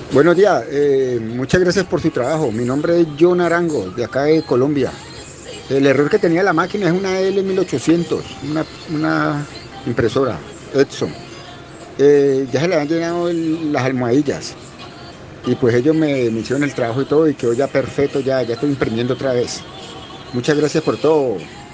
Buenos días, muchas gracias por su trabajo. Mi nombre es John Arango, de acá de Colombia. El error que tenía la máquina es una L1800, una impresora Epson. Ya se le han llenado las almohadillas y pues ellos me hicieron el trabajo y todo y quedó ya perfecto, ya estoy imprimiendo otra vez. Muchas gracias por todo.